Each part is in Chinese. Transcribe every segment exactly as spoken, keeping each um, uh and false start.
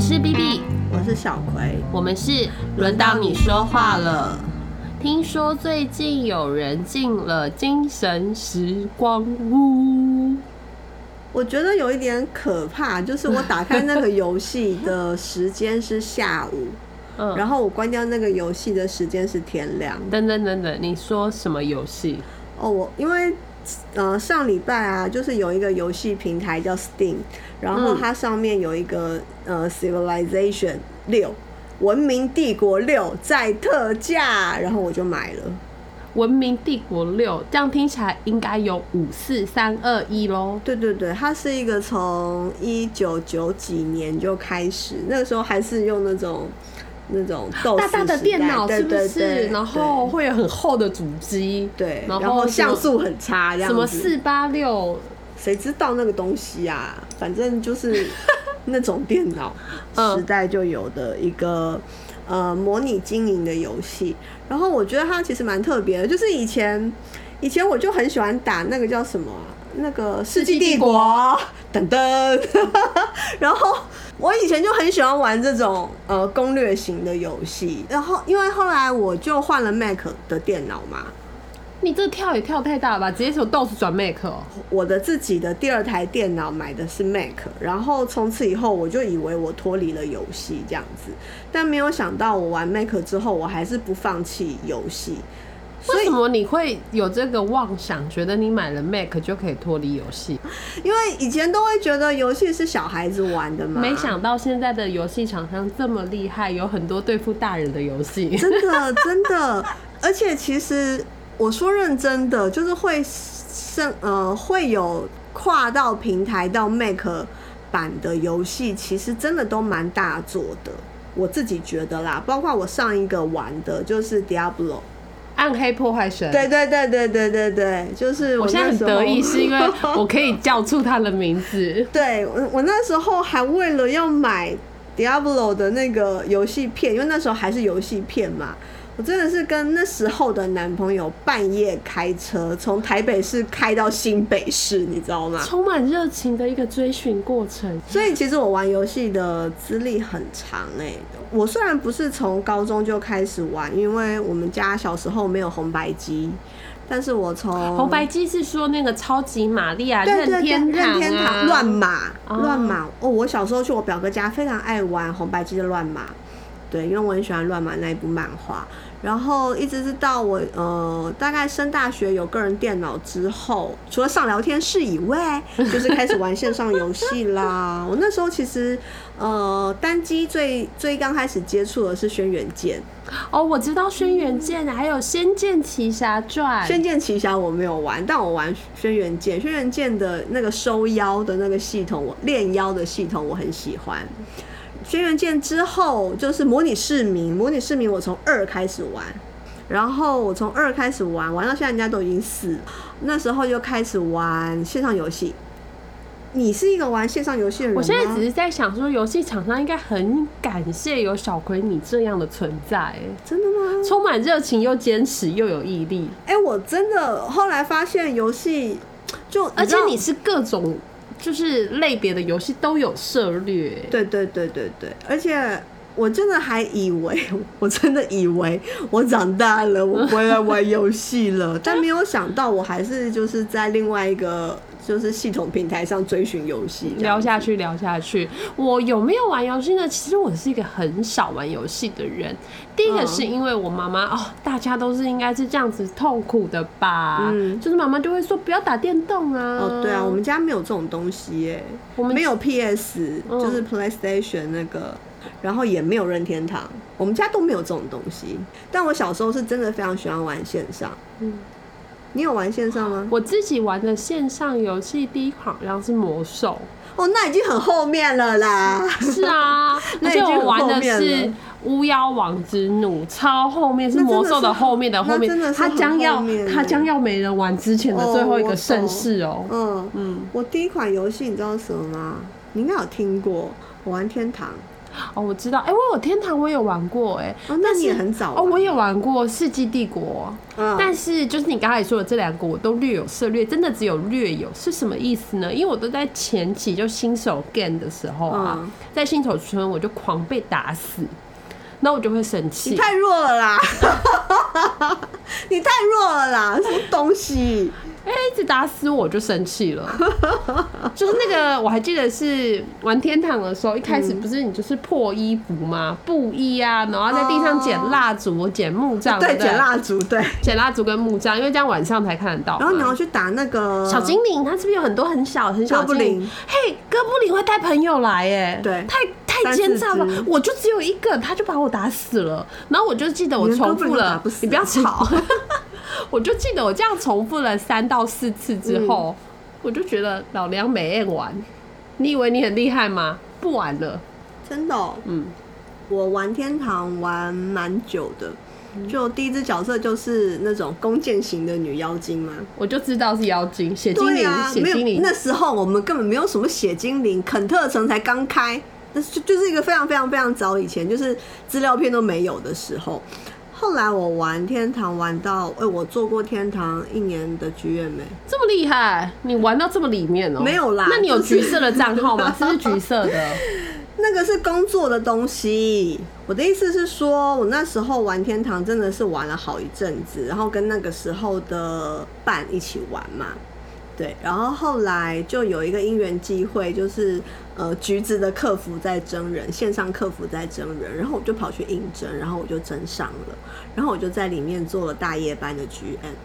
是 B B， 我是小葵， 我们是轮到你说话了。听说最近有人进了精神时光屋， 我觉得有一点可怕，就是我打开那个游戏的时间是下午，嗯、然后我关掉那个游戏的时间是天亮。 等等等等，你说什么游戏？ 哦，我因为呃上礼拜啊，就是有一个游戏平台叫 Steam， 然后它上面有一个、嗯、呃 Civilization 六。文明帝国六在特价，然后我就买了。 文明帝国六，这样听起来应该有五四三二一咯。 对对对，它是一个从一九九几年就开始，那个时候还是用那种那种豆大大的电脑，是不是？ 对对对， 然后会有很厚的主机， 对， 然后, 然后像素很差，这样子。 什么四八六， 谁知道那个东西啊？反正就是那种电脑时代就有的一个、嗯、呃模拟经营的游戏。然后我觉得它其实蛮特别的，就是以前以前我就很喜欢打那个叫什么、啊、那个世纪帝国等等，然后我以前就很喜欢玩这种呃攻略型的游戏。然后因为后来我就换了 Mac 的电脑嘛。 你这跳也跳太大了吧！直接从 D O S 转 Mac 哦。 我的自己的第二台电脑买的是 Mac， 然后从此以后我就以为我脱离了游戏这样子，但没有想到我玩 Mac 之后，我还是不放弃游戏。 为什么你会有这个妄想，觉得你买了 Mac 就可以脱离游戏？ 因为以前都会觉得游戏是小孩子玩的嘛。 没想到现在的游戏厂商这么厉害，有很多对付大人的游戏。 真的真的，而且其实。我说认真的，就是会呃会有跨到平台到 Mac 版的游戏，其实真的都蛮大作的。我自己觉得啦，包括我上一个玩的就是 Diablo 暗黑破坏神。 对对对对对对对，就是我, 我现在很得意，是因为我可以叫出他的名字。 对，我我那时候还为了要买 Diablo 的那个游戏片，因为那时候还是游戏片嘛。我真的是跟那时候的男朋友半夜开车从台北市开到新北市，你知道吗？ 充满热情的一个追寻过程。 所以其实我玩游戏的资历很长哎、欸。我虽然不是从高中就开始玩，因为我们家小时候没有红白机，但是我从红白机是说那个超级玛丽啊，任天堂啊， 任天堂乱码乱码哦。我小时候去我表哥家，非常爱玩红白机的乱码。对，因为我很喜欢乱码那一部漫画，然后一直是到我呃大概升大学有个人电脑之后，除了上聊天室以外，就是开始玩线上游戏啦。我那时候其实呃单机最最刚开始接触的是轩辕剑。 哦，我知道轩辕剑，还有仙剑奇侠传。 仙剑奇侠我没有玩，但我玩轩辕剑。轩辕剑的那个收妖的那个系统，我炼妖的系统我很喜欢。轩辕剑之后就是模拟市民，模拟市民我从二开始玩，然后我从二开始玩，玩到现在人家都已经四，那时候就开始玩线上游戏。你是一个玩线上游戏的人吗？ 我现在只是在想说，游戏厂商应该很感谢有小葵你这样的存在、欸。 真的吗？ 充满热情又坚持又有毅力。 哎、欸，我真的后来发现游戏就， 而且你是各种。就是类别的游戏都有涉猎， 对对对对对，而且我真的还以为，我真的以为我长大了，我不会来玩游戏了，但没有想到我还是就是在另外一个就是系统平台上追寻游戏。 聊下去，聊下去，我有没有玩游戏呢？其实我是一个很少玩游戏的人。第一个是因为我妈妈哦，大家都是应该是这样子痛苦的吧？嗯，就是妈妈就会说不要打电动啊。 哦，对啊，我们家没有这种东西耶，我们没有 P S，、嗯、就是 PlayStation 那个，然后也没有任天堂，我们家都没有这种东西。但我小时候是真的非常喜欢玩线上。嗯，你有玩线上吗？ 我自己玩的线上游戏第一款好像是魔兽。 哦，那已经很后面了啦。 是啊，而且我玩的是巫妖王之怒，超后面，是魔兽的后面的后面，它将要它将要没人玩之前的最后一个盛世哦。 嗯嗯，我第一款游戏你知道什么吗？你应该有听过，我玩天堂。 哦，我知道，哎、欸，我有天堂，我有玩过、欸，哎、 哦，那你也很早哦，我也玩过《世纪帝国》， 嗯， 但是就是你刚才说的这两个，我都略有涉略，真的只有略有，是什么意思呢？因为我都在前期就新手 game 的时候啊，嗯、在新手村我就狂被打死。那我就会生气， 你太弱了啦！你太弱了啦！什么东西？ 哎、欸，一直打死我就生气了。就是那个，我还记得是玩天堂的时候，一开始不是你就是破衣服吗？布衣啊，然后在地上捡蜡烛、捡木杖， 对，捡蜡烛，对， 捡蜡烛跟木杖，因为这样晚上才看得到。 然后你要去打那个小精灵，它是不是有很多很小很小的精灵？嘿，哥布林会带朋友来，哎， 对， 太太奸诈了！我就只有一个，他就把我打死了。然后我就记得我重复了， 你, 你不要吵。我就记得我这样重复了三到四次之后，嗯、我就觉得老娘没爱玩。你以为你很厉害吗？不玩了， 真的、哦。嗯，我玩天堂玩蛮久的，就第一只角色就是那种弓箭型的女妖精嘛， 我就知道是妖精，血精灵，血、啊、精灵。 那时候我们根本没有什么血精灵，肯特城才刚开，那就就是一个非常非常非常早以前，就是资料片都没有的时候。后来我玩天堂玩到，哎、欸，我做过天堂一年的剧院没？ 这么厉害，你玩到这么里面哦、喔？ 没有啦。 那你有橘色的账号吗？是不是橘色的？ 那个是工作的东西。我的意思是说，我那时候玩天堂真的是玩了好一阵子，然后跟那个时候的伴一起玩嘛。对，然后后来就有一个因缘际会，就是呃橘子的客服在征人，线上客服在征人，然后我就跑去应征，然后我就征上了，然后我就在里面做了大夜班的 G M。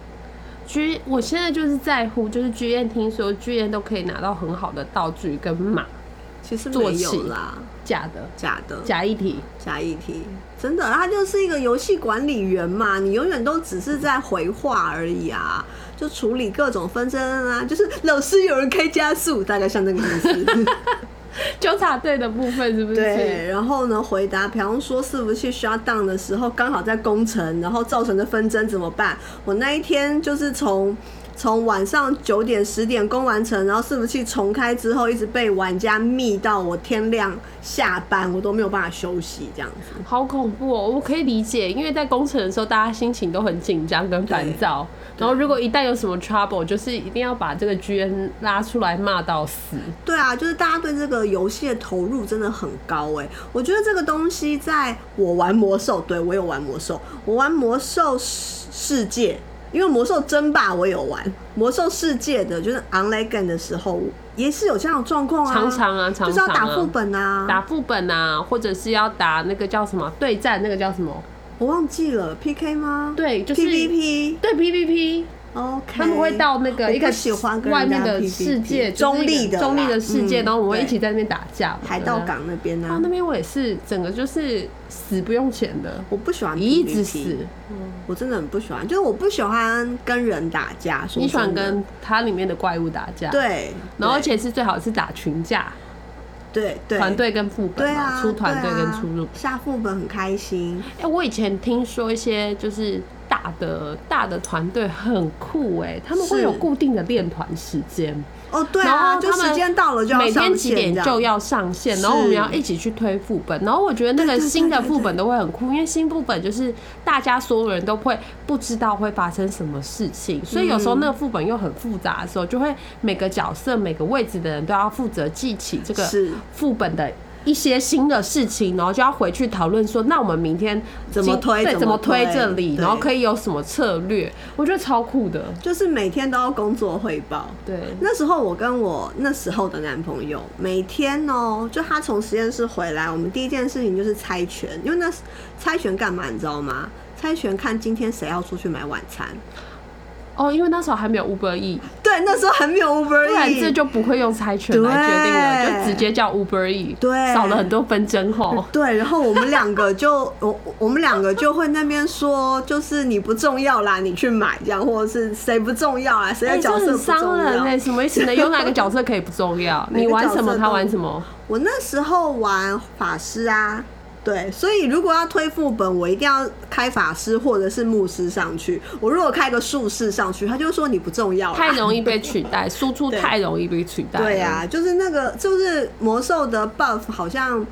G， 我现在就是在乎，就是 G M 听说 G M 都可以拿到很好的道具跟马， 其实没有啦， 假的， 假的， 假议题， 假议题，真的，他就是一个游戏管理员嘛，你永远都只是在回话而已啊。就处理各种纷争啊，就是老师有人开加速，大概像那个意思。 纠察队的部分是不是？ 对，然后呢，回答，比方说伺服器 shut down 的时候，刚好在攻城，然后造成的纷争怎么办？我那一天就是从从晚上九点十点攻完城，然后伺服器重开之后，一直被玩家密到我天亮下班，我都没有办法休息，这样子。 好恐怖哦！我可以理解，因为在攻城的时候，大家心情都很紧张跟烦躁。然后如果一旦有什么 trouble， 就是一定要把这个 G M 拉出来骂到死。 对啊，就是大家对这个游戏的投入真的很高哎。我觉得这个东西在我玩魔兽，对我有玩魔兽，我玩魔兽世界，因为魔兽争霸我有玩，魔兽世界的就是 online game 的时候也是有这样的状况啊， 常常啊，常常啊， 就是要打副本啊， 打副本啊，或者是要打那个叫什么对战，那个叫什么？ 我忘记了 P K 吗？ 对，就是 P V P， 对 P V P。OK， 他们会到那个一个外面的世界， 中立的中立的世界， 嗯、 然后我们会一起在那边打架。 海盗港那边呢、啊？ 那边我也是，整个就是死不用钱的。 我不喜欢 P V P， 一直死、嗯， 我真的很不喜欢，就是我不喜欢跟人打架。 你喜欢跟它里面的怪物打架？ 对， 然后而且是最好是打群架。 对对， 团队跟副本嘛， 啊、 出团队跟出入， 下副本很开心。 哎、欸，我以前听说一些就是大的大的团队很酷哎、欸，他们会有固定的练团时间。 哦，对啊，就时间到了就要上线， 每天几点就要上线，然后我们要一起去推副本。然后我觉得那个新的副本都会很酷，因为新副本就是大家所有人都会不知道会发生什么事情，所以有时候那个副本又很复杂的时候，就会每个角色每个位置的人都要负责记起这个副本的一些新的事情，然后就要回去讨论说，那我们明天怎么推， 对，怎么推这里，然后可以有什么策略？我觉得超酷的， 就是每天都要工作汇报。 对， 那时候我跟我那时候的男朋友，每天哦、喔，就他从实验室回来，我们第一件事情就是猜拳，因为那猜拳干嘛你知道吗？猜拳看今天谁要出去买晚餐。 哦，因为那时候还没有 Uber E， 对，那时候还没有 Uber E， 不然这就不会用猜拳来决定了，就直接叫 Uber E， 对， 少了很多纷争吼。 对，然后我们两个就我我们两个就会那边说，就是你不重要啦，你去买这样，或者是谁不重要啊，谁的角色不重要？欸、 伤人哎、欸，什么意思呢？有哪个角色可以不重要？你玩什么，他玩什么？ 我那时候玩法师啊。对，所以如果要推副本，我一定要开法师或者是牧师上去。我如果开个术士上去，他就说你不重要啦， 太容易被取代，输出太容易被取代。 对啊，就是那个就是魔兽的 buff 好像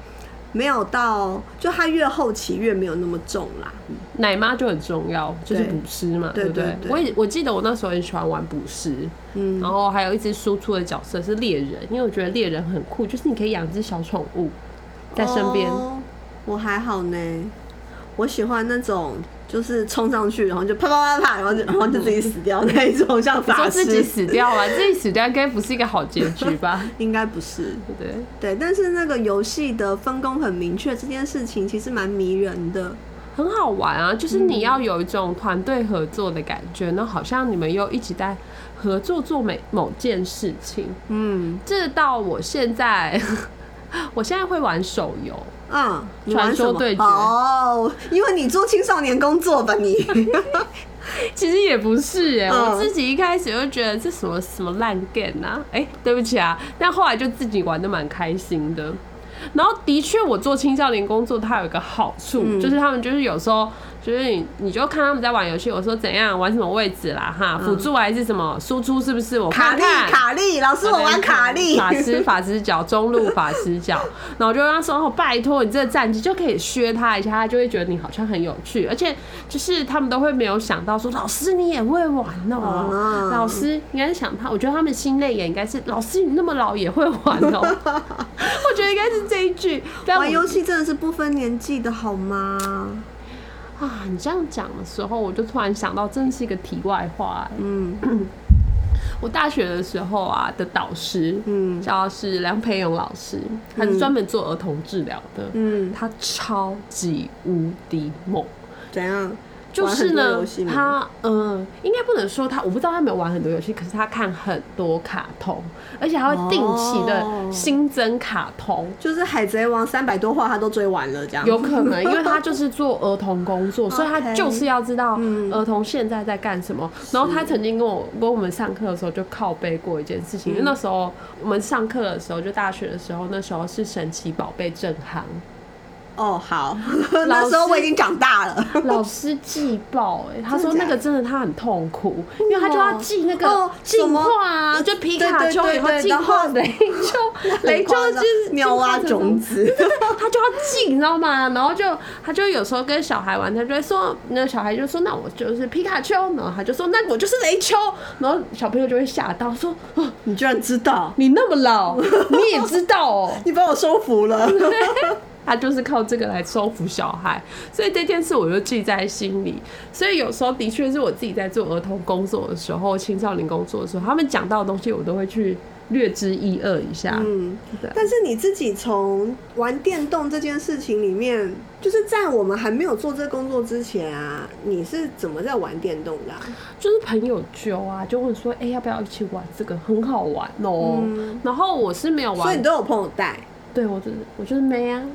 没有到，就它越后期越没有那么重啦。 奶妈就很重要，就是捕狮嘛，对不对？ 对对对我也我记得我那时候很喜欢玩捕狮，嗯，然后还有一只输出的角色是猎人，因为我觉得猎人很酷，就是你可以养只小宠物在身边。 哦，我还好呢，我喜欢那种就是冲上去，然后就啪啪啪啪，然后就然后就自己死掉那一种，像法师。 说自己死掉啊，自己死掉应该不是一个好结局吧？ 应该不是， 对对。但是那个游戏的分工很明确，这件事情其实蛮迷人的。 很好玩啊，就是你要有一种团队合作的感觉，那、嗯、好像你们又一起在合作做每某件事情。嗯，这到我现在，我现在会玩手游，嗯，传说对决哦，因为你做青少年工作吧你。 其实也不是哎、欸，嗯、我自己一开始就觉得这什么什么烂 game 啊，哎、欸，对不起啊，但后来就自己玩得蛮开心的。然后的确，我做青少年工作，它有一个好处，嗯、就是他们就是有时候就是你你就看他们在玩游戏，我说怎样玩什么位置啦，哈，辅助还是什么输出是不是？我看看卡利，老师我玩卡利， 法师法师角中路法师角，然后我就跟他说哦，拜托你这个战绩就可以削他一下，他就会觉得你好像很有趣，而且就是他们都会没有想到说老师你也会玩哦、喔，嗯、老师应该是想他，我觉得他们心累也应该是老师你那么老也会玩哦、喔，我觉得应该是这一句， 玩游戏真的是不分年纪的好吗？ 啊，你这样讲的时候，我就突然想到，真的是一个题外话、欸。嗯，我大学的时候啊的导师，嗯，叫是梁培勇老师，他是专门做儿童治疗的。嗯，他超级无敌猛。 怎样？ 就是呢，他嗯，应该不能说他，我不知道他有没有玩很多游戏，可是他看很多卡通，而且他会定期的新增卡通， 哦、就是海贼王三百多话他都追完了这样。 有可能，因为他就是做儿童工作，所以他就是要知道儿童现在在干什么。然后他曾经跟我跟我们上课的时候就靠背过一件事情，因为那时候我们上课的时候，就大学的时候，那时候是神奇宝贝正行。 哦，好，那时候我已经长大了。 老师记爆哎、欸，他说那个真的他很痛苦，因为他就要记那个进化啊，就皮卡丘以后进化雷丘，雷丘就是妙蛙种子， 他就要记，你知道吗？然后就他就有时候跟小孩玩，他就会说，那小孩就说那我就是皮卡丘，然后他就说那我就是雷丘，然后小朋友就会吓到说，哦， 你居然知道， 你那么老，你也知道哦， 你把我收服了。 他就是靠这个来收服小孩，所以这件事我就记在心里。所以有时候的确是我自己在做儿童工作的时候、青少年工作的时候，他们讲到的东西我都会去略知一二一下。嗯， 但是你自己从玩电动这件事情里面，就是在我们还没有做这工作之前啊，你是怎么在玩电动的、啊？ 就是朋友揪啊，就问说，哎、欸，要不要一起玩这个？很好玩哦、喔。嗯、然后我是没有玩， 所以你都有朋友带。 对，我就是我就是没啊。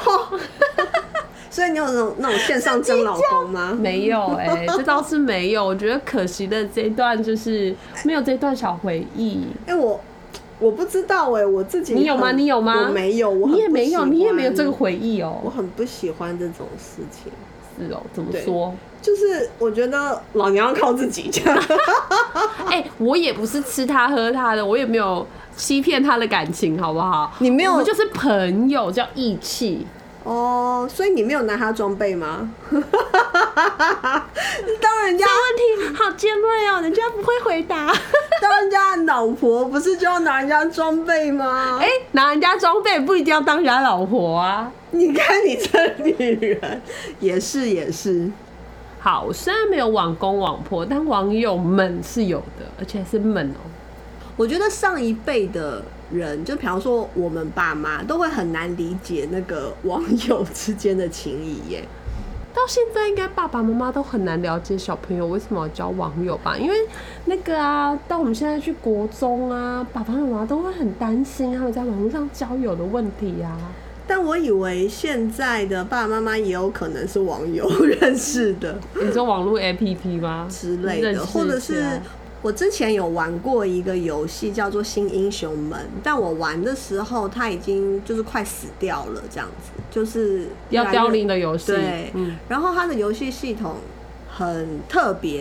所以你有那种那种线上争老公吗？ 没有哎、欸，这倒是没有。我觉得可惜的这一段就是没有这段小回忆。 哎、欸，我我不知道哎、欸，我自己你有吗？你有吗？ 我没有，我你也没有，你也没有这个回忆哦、喔。 我很不喜欢这种事情。 是哦、喔，怎么说？ 就是我觉得老娘要靠自己这样。 哎、欸，我也不是吃他喝他的，我也没有欺骗他的感情，好不好？ 你没有， 我们就是朋友，叫义气。 哦，所以你没有拿他装备吗？当人家问题好尖锐哦，人家不会回答。 当人家的老婆不是就要拿人家装备吗？ 哎、欸，拿人家装备不一定要当人家老婆啊。 你看你这女人，也是也是。 好，我虽然没有网公网婆，但网友们是有的，而且是们哦、喔。 我觉得上一辈的人，就比方说我们爸妈，都会很难理解那个网友之间的情谊耶。 到现在，应该爸爸妈妈都很难了解小朋友为什么要交网友吧？因为那个啊，到我们现在去国中啊，爸爸妈妈都会很担心他们在网络上交友的问题啊。 但我以为现在的爸爸妈妈也有可能是网友认识的， 你说网络 A P P 吗？ 之类的，或者是。我之前有玩过一个游戏叫做《新英雄们》，但我玩的时候它已经就是快死掉了，这样子就是要凋零的游戏。 对，嗯，然后它的游戏系统很特别，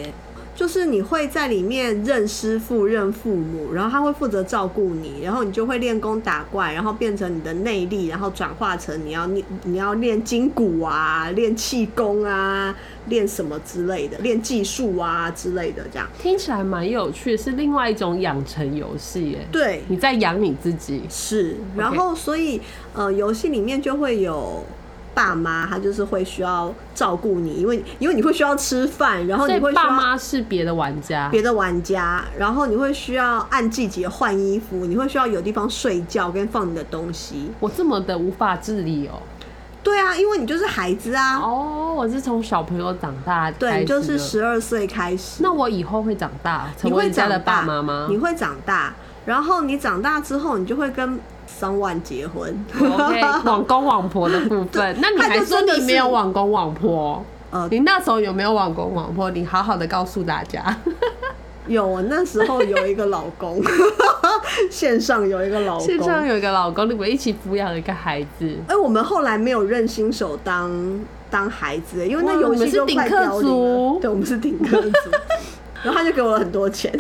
就是你会在里面认师傅、认父母，然后他会负责照顾你，然后你就会练功打怪，然后变成你的内力，然后转化成你要你要练筋骨啊、练气功啊、练什么之类的，练技术啊之类的，这样听起来蛮有趣的，是另外一种养成游戏耶。 对， 你在养你自己。 是，然后所以呃，游戏里面就会有。爸妈他就是会需要照顾你，因为因为你会需要吃饭，然后你会需要爸妈是别的玩家， 别的玩家，然后你会需要按季节换衣服，你会需要有地方睡觉跟放你的东西。 我这么的无法自理哦。 对啊，因为你就是孩子啊。 哦，我是从小朋友长大开始的， 对，就是十二岁开始。 那我以后会长大，成为人家的爸妈吗？ 你会长大，然后你长大之后，你就会跟someone结婚。 OK， 网公网婆的部分。那你还说你没有网公网婆？呃，你那时候有没有网公网婆？你好好的告诉大家。 有，我那时候有一个老公，线上有一个老公， 线上有一个老公，你们一起抚养一个孩子。 哎、欸，我们后来没有认新手当当孩子，因为那游戏就快凋零了。对，我们是顶客族，然后他就给我了很多钱。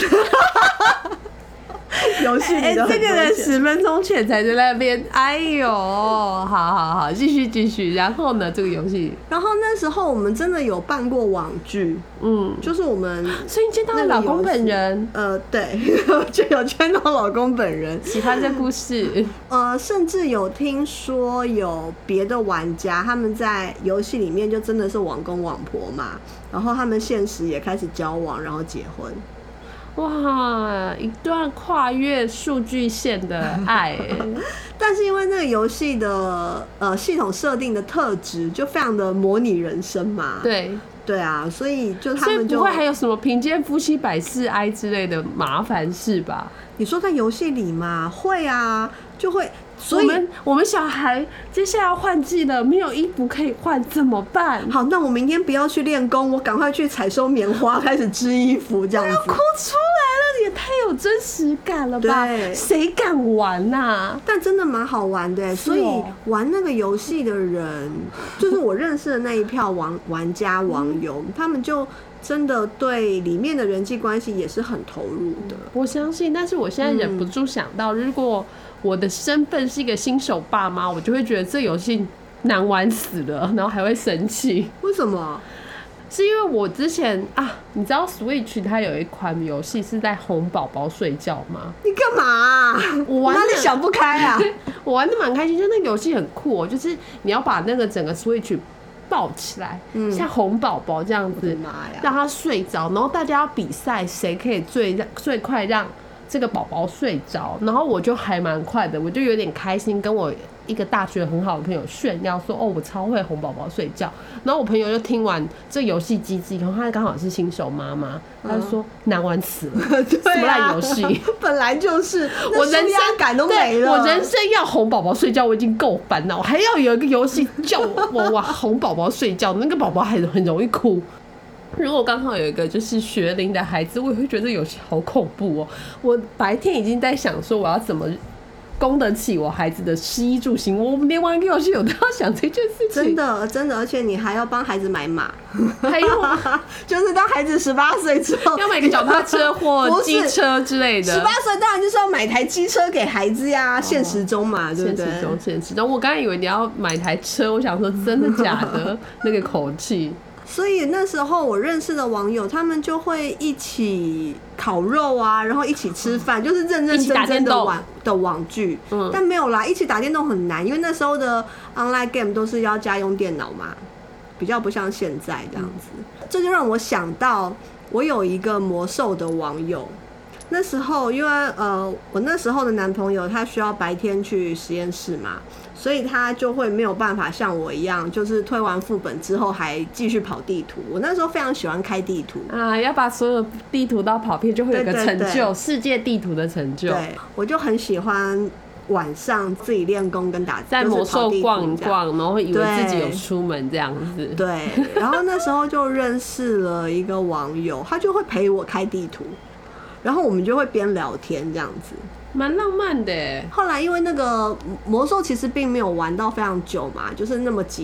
游戏里的很多钱， 哎、欸，这个人十分钟前才在那边，哎呦，好好好，继续继续。然后呢，这个游戏， 然后那时候我们真的有办过网剧，嗯，就是我们， 所以你见到老公本人， 呃，对，就有见到老公本人， 喜欢这故事， 呃，甚至有听说有别的玩家他们在游戏里面就真的是网公网婆嘛，然后他们现实也开始交往，然后结婚。 哇，一段跨越数据线的爱。 但是因为那个游戏的呃系统设定的特质就非常的模拟人生嘛， 对对啊，所以就他们就所以不会还有什么贫贱夫妻百事哀之类的麻烦事吧？ 你说在游戏里嘛，会啊，就会。所以我们我们小孩接下来要换季了，没有衣服可以换，怎么办？ 好，那我明天不要去练功，我赶快去采收棉花，开始织衣服，这样子。 要哭出来了，也太有真实感了吧？ 对， 谁敢玩啊？ 但真的蛮好玩的，所以玩那个游戏的人，就是我认识的那一票玩玩家网友，他们就。真的对里面的人际关系也是很投入的， 我相信。但是我现在忍不住想到，如果我的身份是一个新手爸妈，我就会觉得这游戏难玩死了，然后还会生气。 为什么？ 是因为我之前啊，你知道 Switch 它有一款游戏是在哄宝宝睡觉吗？ 你干嘛、啊？我玩哪里想不开啊？ 我玩的蛮开心，就那个游戏很酷哦，就是你要把那个整个 Switch。抱起来，嗯、像哄宝宝这样子，让他睡着，然后大家要比赛谁可以最最快让这个宝宝睡着，然后我就还蛮快的，我就有点开心，跟我一个大学很好的朋友炫耀说，哦，我超会哄宝宝睡觉。然后我朋友就听完这游戏机制以后，他刚好是新手妈妈，他就说、嗯、难玩死了，什么烂游戏， 本来就是我人生感都没了。 我人生要哄宝宝睡觉，我已经够烦恼，还要有一个游戏叫我哇哄宝宝睡觉，那个宝宝还很容易哭。如果刚好有一个就是学龄的孩子，我也会觉得这游戏好恐怖哦。我白天已经在想说我要怎么供得起我孩子的食衣住行，我连玩一个游戏我都要想这件事情。 真的真的，而且你还要帮孩子买马， 还有就是当孩子十八岁之后， 要买个脚踏车或机车之类的。 十八岁当然就是要买台机车给孩子呀，哦、现实中嘛，对不对？ 现实中，现实中。我刚才以为你要买台车，我想说真的假的？那个口气。 所以那时候我认识的网友，他们就会一起烤肉啊，然后一起吃饭，就是认认真真的玩的网剧。嗯，但没有啦，一起打电动很难，因为那时候的 online game 都是要家用电脑嘛，比较不像现在这样子。嗯、这就让我想到，我有一个魔兽的网友。那时候因为呃，我那时候的男朋友他需要白天去实验室嘛，所以他就会没有办法像我一样，就是推完副本之后还继续跑地图。我那时候非常喜欢开地图啊，要把所有地图都跑遍，就会有个成就，对对对，世界地图的成就。 对，我就很喜欢晚上自己练功跟打， 在魔兽逛一逛，然后会以为自己有出门这样子。 对，然后那时候就认识了一个网友，他就会陪我开地图。然后我们就会边聊天这样子， 蛮浪漫的。 后来因为那个魔兽其实并没有玩到非常久嘛，就是那么几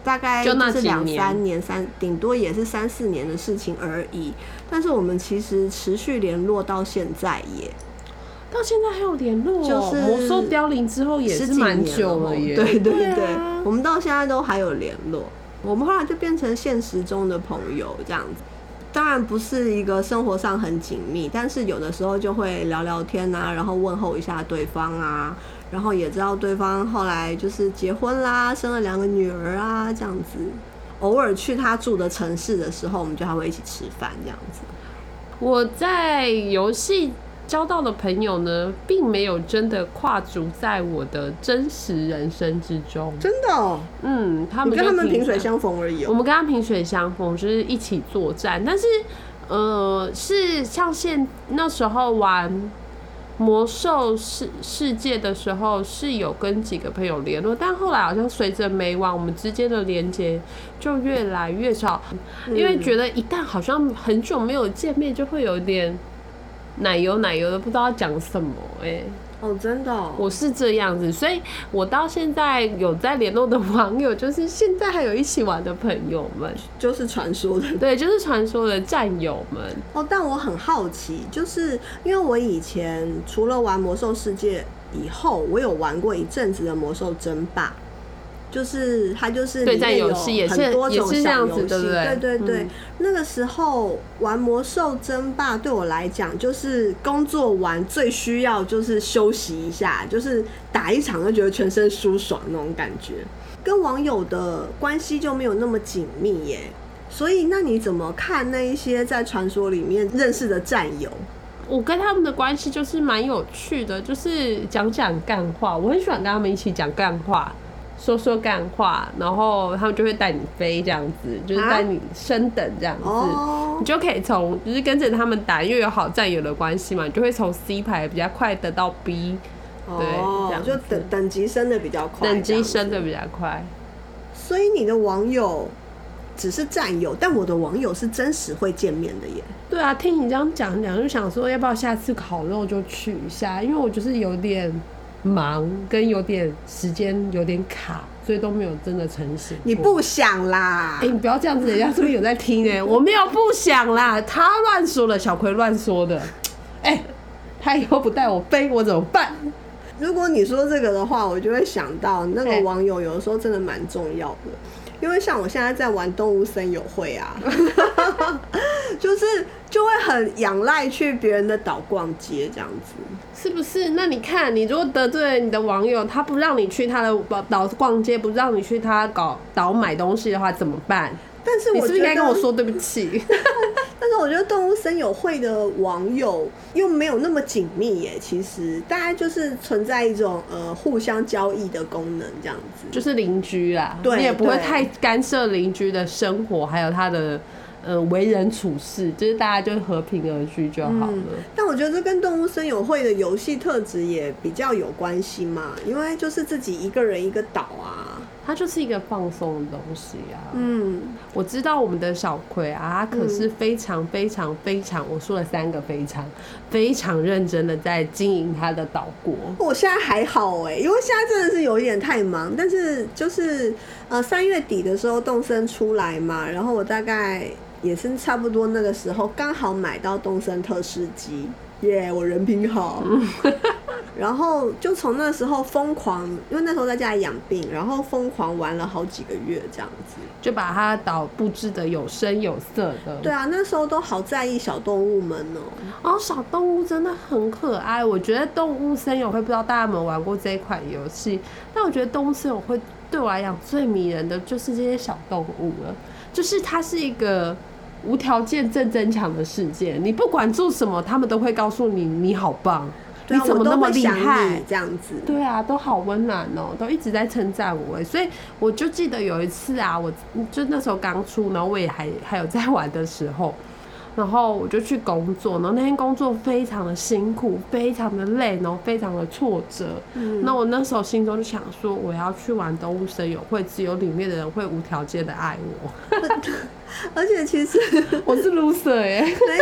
大概就是两三年，三顶多也是三四年的事情而已。但是我们其实持续联络到现在耶。 到现在还有联络， 就是魔兽凋零之后也是蛮久了耶。 对对对， 对啊， 我们到现在都还有联络。我们后来就变成现实中的朋友这样子。当然不是一个生活上很紧密，但是有的时候就会聊聊天啊，然后问候一下对方啊，然后也知道对方后来就是结婚啦，生了两个女儿啊，这样子。偶尔去他住的城市的时候，我们就还会一起吃饭这样子。 我在游戏交到的朋友呢，并没有真的跨足在我的真实人生之中。 真的哦？ 嗯，他们你跟他们萍水相逢而已哦。 我们跟他们萍水相逢，就是一起作战。但是，呃，是像现那时候玩魔兽世世界的时候，是有跟几个朋友联络，但后来好像随着每晚我们之间的连结就越来越少，因为觉得一旦好像很久没有见面，就会有点奶油奶油的，不知道讲什么哎、欸。 哦，真的哦？ 我是这样子，所以我到现在有在联络的网友，就是现在还有一起玩的朋友们， 就是传说的， 对，就是传说的战友们。 哦，但我很好奇，就是因为我以前除了玩魔兽世界以后，我有玩过一阵子的魔兽争霸。就是它就是里面有很多种小游戏，对对对对、嗯。那个时候玩魔兽争霸对我来讲，就是工作完最需要就是休息一下，就是打一场就觉得全身舒爽那种感觉。跟网友的关系就没有那么紧密耶。所以那你怎么看那一些在传说里面认识的战友？ 我跟他们的关系就是蛮有趣的，就是讲讲干话，我很喜欢跟他们一起讲干话。说说干话，然后他们就会带你飞这样子，就是带你升等这样子，啊、你就可以从就是跟着他们打，因为有好战友的关系嘛，你就会从 C 排比较快得到 B， 对， 哦、这样就等等级升的比较快， 等级升的比较快。 所以你的网友只是战友，但我的网友是真实会见面的耶。 对啊，听你这样讲讲，就想说要不要下次烤肉就去一下，因为我就是有点忙跟有点时间有点卡，所以都没有真的成型。 你不想啦？ 哎、欸，你不要这样子，人家是不是有在听哎、欸？我没有不想啦，他乱说的，小葵乱说的。哎、欸，他以后不带我飞，我怎么办？ 如果你说这个的话，我就会想到那个网友有的时候真的蛮重要的。因为像我现在在玩动物森友会啊，就是就会很仰赖去别人的岛逛街这样子， 是不是？那你看，你如果得罪了你的网友，他不让你去他的岛逛街，不让你去他搞岛买东西的话，怎么办？ 但是我觉得你是不是应该跟我说对不起？ 但是我觉得动物森友会的网友又没有那么紧密耶，其实大概就是存在一种呃互相交易的功能这样子， 就是邻居啦， 对， 你也不会太干涉邻居的生活，还有他的呃为人处事，就是大家就和平而居就好了。嗯、 但我觉得这跟动物森友会的游戏特质也比较有关系嘛，因为就是自己一个人一个岛啊。 它就是一个放松的东西啊。 嗯， 我知道我们的小葵啊，他可是非常非常非常，我说了三个非常非常认真的在经营他的岛国。 我现在还好哎、欸，因为现在真的是有一点太忙，但是就是呃三月底的时候动森出来嘛，然后我大概也是差不多那个时候刚好买到动森特仕机，耶、yeah, 我人品好。然后就从那时候疯狂，因为那时候在家里养病，然后疯狂玩了好几个月这样子， 就把它岛布置的有声有色的。 对啊，那时候都好在意小动物们哦、 喔。哦，小动物真的很可爱。我觉得动物森友会，不知道大家有没有玩过这一款游戏，但我觉得动物森友会对我来讲最迷人的就是这些小动物了，就是它是一个无条件正增强的世界，你不管做什么，他们都会告诉你你好棒。 你怎么那么厉害？ 这样子， 对啊，都好温暖哦、喔，都一直在称赞我。所以我就记得有一次啊，我就那时候刚出，然后我也还还有在玩的时候，然后我就去工作，然后那天工作非常的辛苦，非常的累，然后非常的挫折。嗯，那我那时候心中就想说，我要去玩动物森友会，只有里面的人会无条件的爱我。 而且其实我是 loser 耶、欸， 没有，而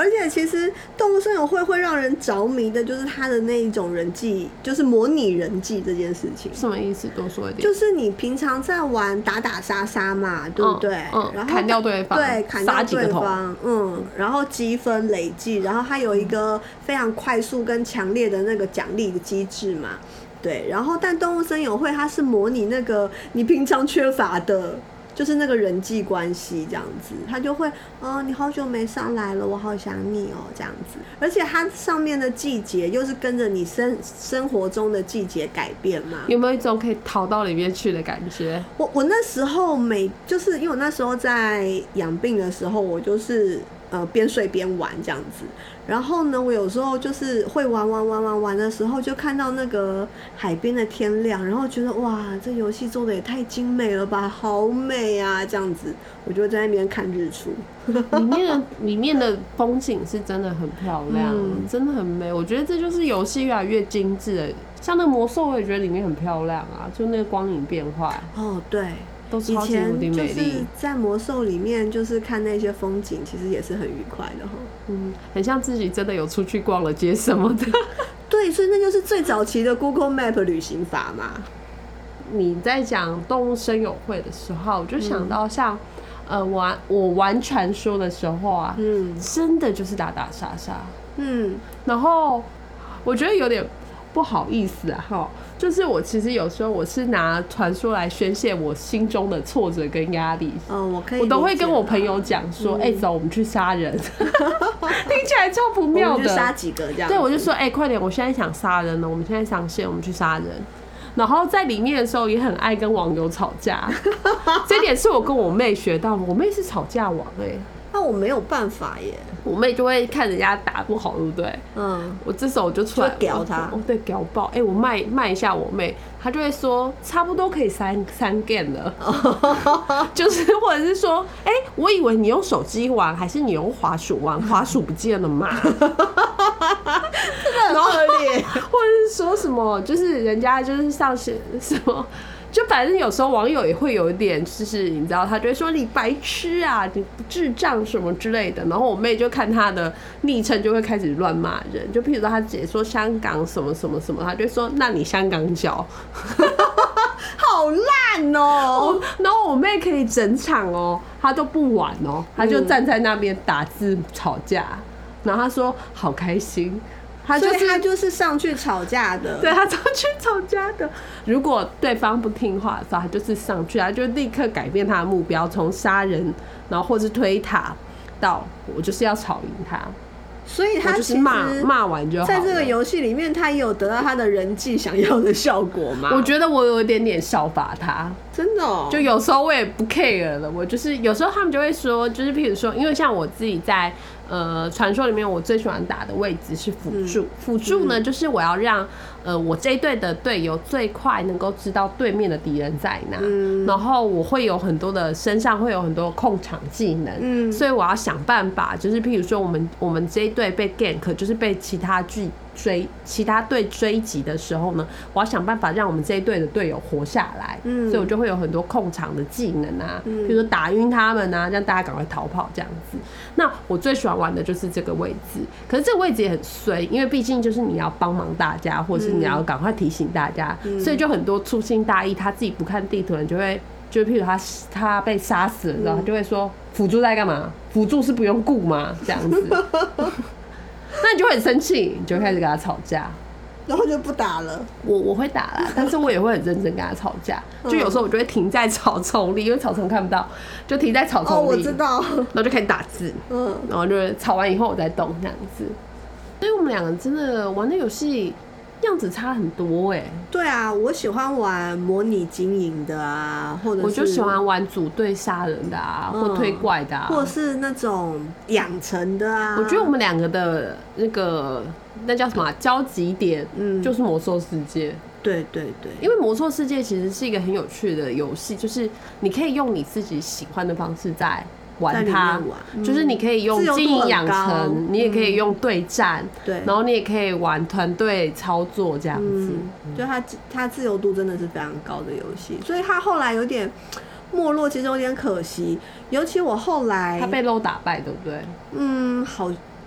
而且其实动物森友会会让人着迷的，就是它的那一种人际，就是模拟人际这件事情。 什么意思？多说一点。 就是你平常在玩打打杀杀嘛，对不对？ 嗯嗯、 然后砍掉对方， 对，砍掉对方，嗯，然后积分累计，然后它有一个非常快速跟强烈的那个奖励的机制嘛。对，然后但动物森友会它是模拟那个你平常缺乏的，就是那个人际关系这样子，它就会，哦，你好久没上来了，我好想你哦，这样子。而且它上面的季节又是跟着你生生活中的季节改变嘛， 有没有一种可以逃到里面去的感觉？ 我我那时候每就是因为我那时候在养病的时候，我就是呃边睡边玩这样子。然后呢，我有时候就是会玩玩玩玩玩的时候，就看到那个海边的天亮，然后觉得哇，这游戏做的也太精美了吧，好美啊，这样子，我就在那边看日出。 里面的里面的风景是真的很漂亮，嗯、真的很美。我觉得这就是游戏越来越精致了。像那魔兽，我也觉得里面很漂亮啊，就那个光影变化。 哦，对。 都超级无敌美丽。 就是在魔兽里面，就是看那些风景，其实也是很愉快的哈。 嗯，很像自己真的有出去逛了街什么的。 对，所以那就是最早期的 Google Map 旅行法嘛。 你在讲动物森友会的时候，我就想到像、嗯、呃玩我玩传说的时候啊，嗯，真的就是打打杀杀，嗯，然后我觉得有点不好意思啊，哈。就是我其实有时候我是拿传说来宣泄我心中的挫折跟压力， 嗯，我可以， 我都会跟我朋友讲说，哎、嗯欸，走，我们去杀人，听起来超不妙的， 我们去杀几个这样， 对，我就说，哎、欸，快点，我现在想杀人了，我们现在上线，我们去杀人。然后在里面的时候也很爱跟网友吵架，这点是我跟我妹学到的，我妹是吵架王哎、欸。 那我没有办法耶， 我妹就会看人家打不好，对不对？嗯，我这时候我就出来屌她， 哦，对，屌爆！哎、欸，我卖卖一下我妹，她就会说差不多可以三三 game 了，就是或者是说，哎、欸，我以为你用手机玩，还是你用滑鼠玩？滑鼠不见了嘛？真的很恶劣， 或者是说什么，就是人家就是上线什么。就反正有时候网友也会有一点，就是你知道，他就会说你白痴啊，你智障什么之类的。然后我妹就看他的昵称就会开始乱骂人，就譬如说他姐说香港什么什么什么，他就会说那你香港脚， 好烂哦。 然后我妹可以整场哦，她都不玩哦，她就站在那边打字吵架，然后她说好开心。他就是、 所以他就是上去吵架的， 对，他上去吵架的。如果对方不听话的时候，他就是上去，他就立刻改变他的目标，从杀人，然后或是推塔，到我就是要吵赢他。 所以他就是骂骂完就好了。 在这个游戏里面，他也有得到他的人际想要的效果吗？ 我觉得我有一点点效法他， 真的、哦。 就有时候我也不 care 了，我就是有时候他们就会说，就是譬如说，因为像我自己在呃传说里面，我最喜欢打的位置是辅助。嗯、辅助呢，嗯、就是我要让呃我这一队的队友最快能够知道对面的敌人在哪，嗯、然后我会有很多的身上会有很多控场技能，嗯、所以我要想办法，就是譬如说我们我们这一队被 gank， 就是被其他剧追其他队追击的时候呢，我要想办法让我们这一队的队友活下来，嗯、所以我就会有很多控场的技能啊，嗯、比如说打晕他们啊，让大家赶快逃跑这样子。那我最喜欢玩的就是这个位置，可是这个位置也很衰，因为毕竟就是你要帮忙大家，或是你要赶快提醒大家，嗯、所以就很多粗心大意，他自己不看地图的人就会。就譬如他他被杀死了之后，他就会说辅助在干嘛？辅助是不用顾吗？这样子，那你就会很生气，你就会开始跟他吵架， 然后就不打了。 我我会打啦，但是我也会很认真跟他吵架。就有时候我就会停在草丛里，因为草丛看不到，就停在草丛里。 哦，我知道。 然后就开始打字，嗯，然后就吵完以后我再动这样子。所以我们两个真的玩的游戏。样子差很多哎、欸， 对啊，我喜欢玩模拟经营的啊，或者是我就喜欢玩组队杀人的啊，嗯、或推怪的啊， 或者是那种养成的啊。 我觉得我们两个的那个那叫什么、啊、交集点，嗯，就是魔兽世界。 对对对， 因为魔兽世界其实是一个很有趣的游戏，就是你可以用你自己喜欢的方式在。玩它，嗯、就是你可以用经营养成，你也可以用对战，对、嗯，然后你也可以玩团队操作这样子。 嗯、就它它自由度真的是非常高的游戏，所以它后来有点没落，其实有点可惜。尤其我后来它被 low 打败，对不对？ 嗯，好。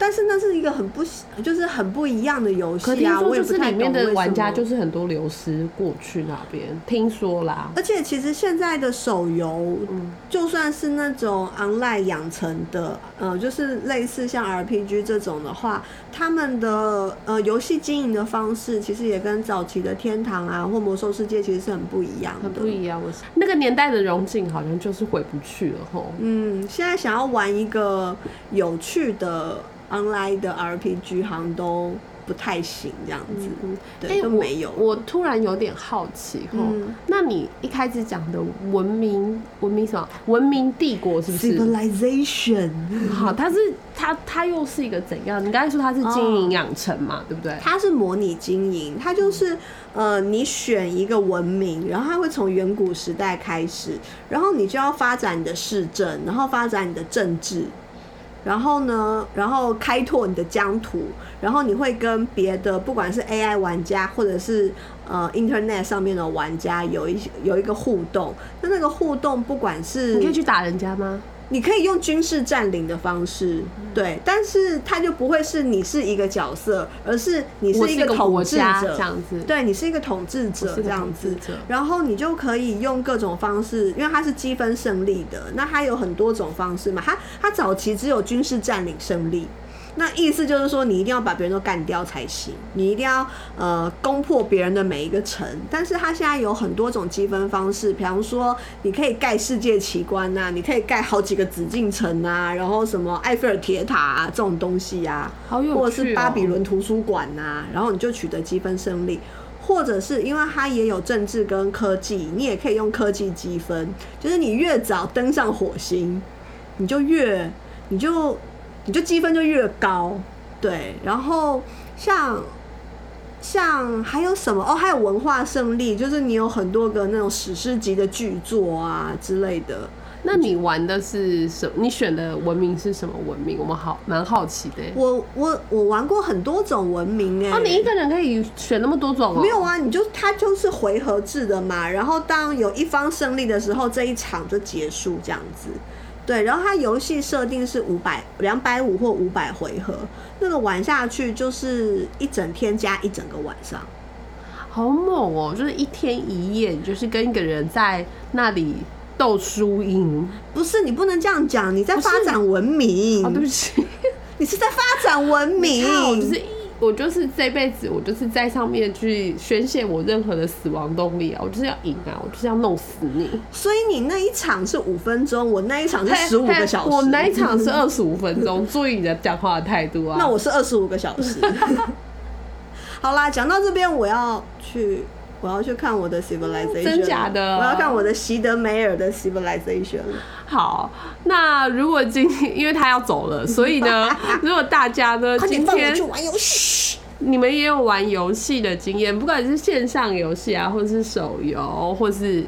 但是那是一个很不就是很不一样的游戏啊。 可听说就是里面的玩家家就是很多流失过去那边，听说啦。 而且其实现在的手游，嗯、就算是那种 online 养成的，呃，就是类似像 R P G 这种的话，他们的呃游戏经营的方式其实也跟早期的天堂啊或魔兽世界其实是很不一样的， 很不一样。那个年代的荣景好像就是回不去了吼。 嗯，现在想要玩一个有趣的 online 的 R P G 好像都不太行这样子，嗯、对、欸，都没有。 我, 我突然有点好奇吼、嗯，那你一开始讲的文明文明什么文明帝国是不是 ？Civilization。 好，它是它它又是一个怎样？你刚才说它是经营养成嘛、哦，对不对？ 它是模拟经营，它就是呃，你选一个文明，然后它会从远古时代开始，然后你就要发展你的市政，然后发展你的政治。然后呢，然后开拓你的疆土，然后你会跟别的不管是 A I 玩家或者是呃 Internet 上面的玩家有一有一个互动。那那个互动不管是你可以去打人家吗？ 你可以用军事占领的方式，对，但是它就不会是你是一个角色，而是你是一个统治者这样子。 对，你是一个统治者这样子，然后你就可以用各种方式，因为它是积分胜利的，那它有很多种方式嘛。它它早期只有军事占领胜利。那意思就是说，你一定要把别人都干掉才行，你一定要呃攻破别人的每一个城。但是它现在有很多种积分方式，比方说你可以盖世界奇观啊，你可以盖好几个紫禁城啊，然后什么埃菲尔铁塔啊这种东西啊， 好有趣哦， 或者是巴比伦图书馆啊，然后你就取得积分胜利。或者是因为它也有政治跟科技，你也可以用科技积分，就是你越早登上火星，你就越你就。你就积分就越高，对，然后像像还有什么哦，还有文化胜利，就是你有很多个那种史诗级的巨作啊之类的。 那你玩的是什么？你选的文明是什么文明？我们好蛮好奇的。 我我我玩过很多种文明哎、欸。 哦，你一个人可以选那么多种哦？ 没有啊，你就它就是回合制的嘛。然后当有一方胜利的时候，这一场就结束这样子。对，然后它游戏设定是五百、两百五或五百回合，那个玩下去就是一整天加一整个晚上， 好猛哦！就是一天一夜，就是跟一个人在那里斗输赢。 不是，你不能这样讲，你在发展文明。 哦，对不起， 你是在发展文明。 我就是我就是这辈子，我就是在上面去宣泄我任何的死亡动力啊！我就是要赢啊！我就是要弄死你。 所以你那一场是五分钟，我那一场是十五个小时。 我那一场是二十五分钟，注意你的讲话的态度啊！ 那我是二十五个小时。好啦，讲到这边，我要去，我要去看我的 Civilization， 真假的？ 我要看我的席德梅尔的 Civilization。 好，那如果今天因为他要走了，所以呢，如果大家呢今天去玩游戏， 你们也有玩游戏的经验，不管是线上游戏啊，或是手游，或是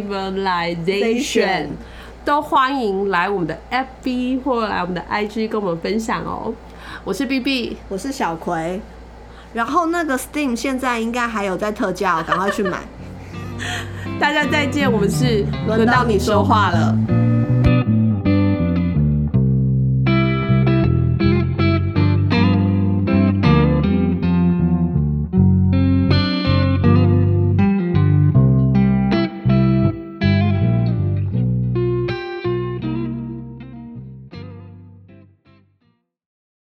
Civilization， 都欢迎来我们的 F B 或来我们的 I G 跟我们分享哦。我是 B B， 我是小葵，然后那个 Steam 现在应该还有在特价，赶快去买。 大家再见，我们是轮到你说话了。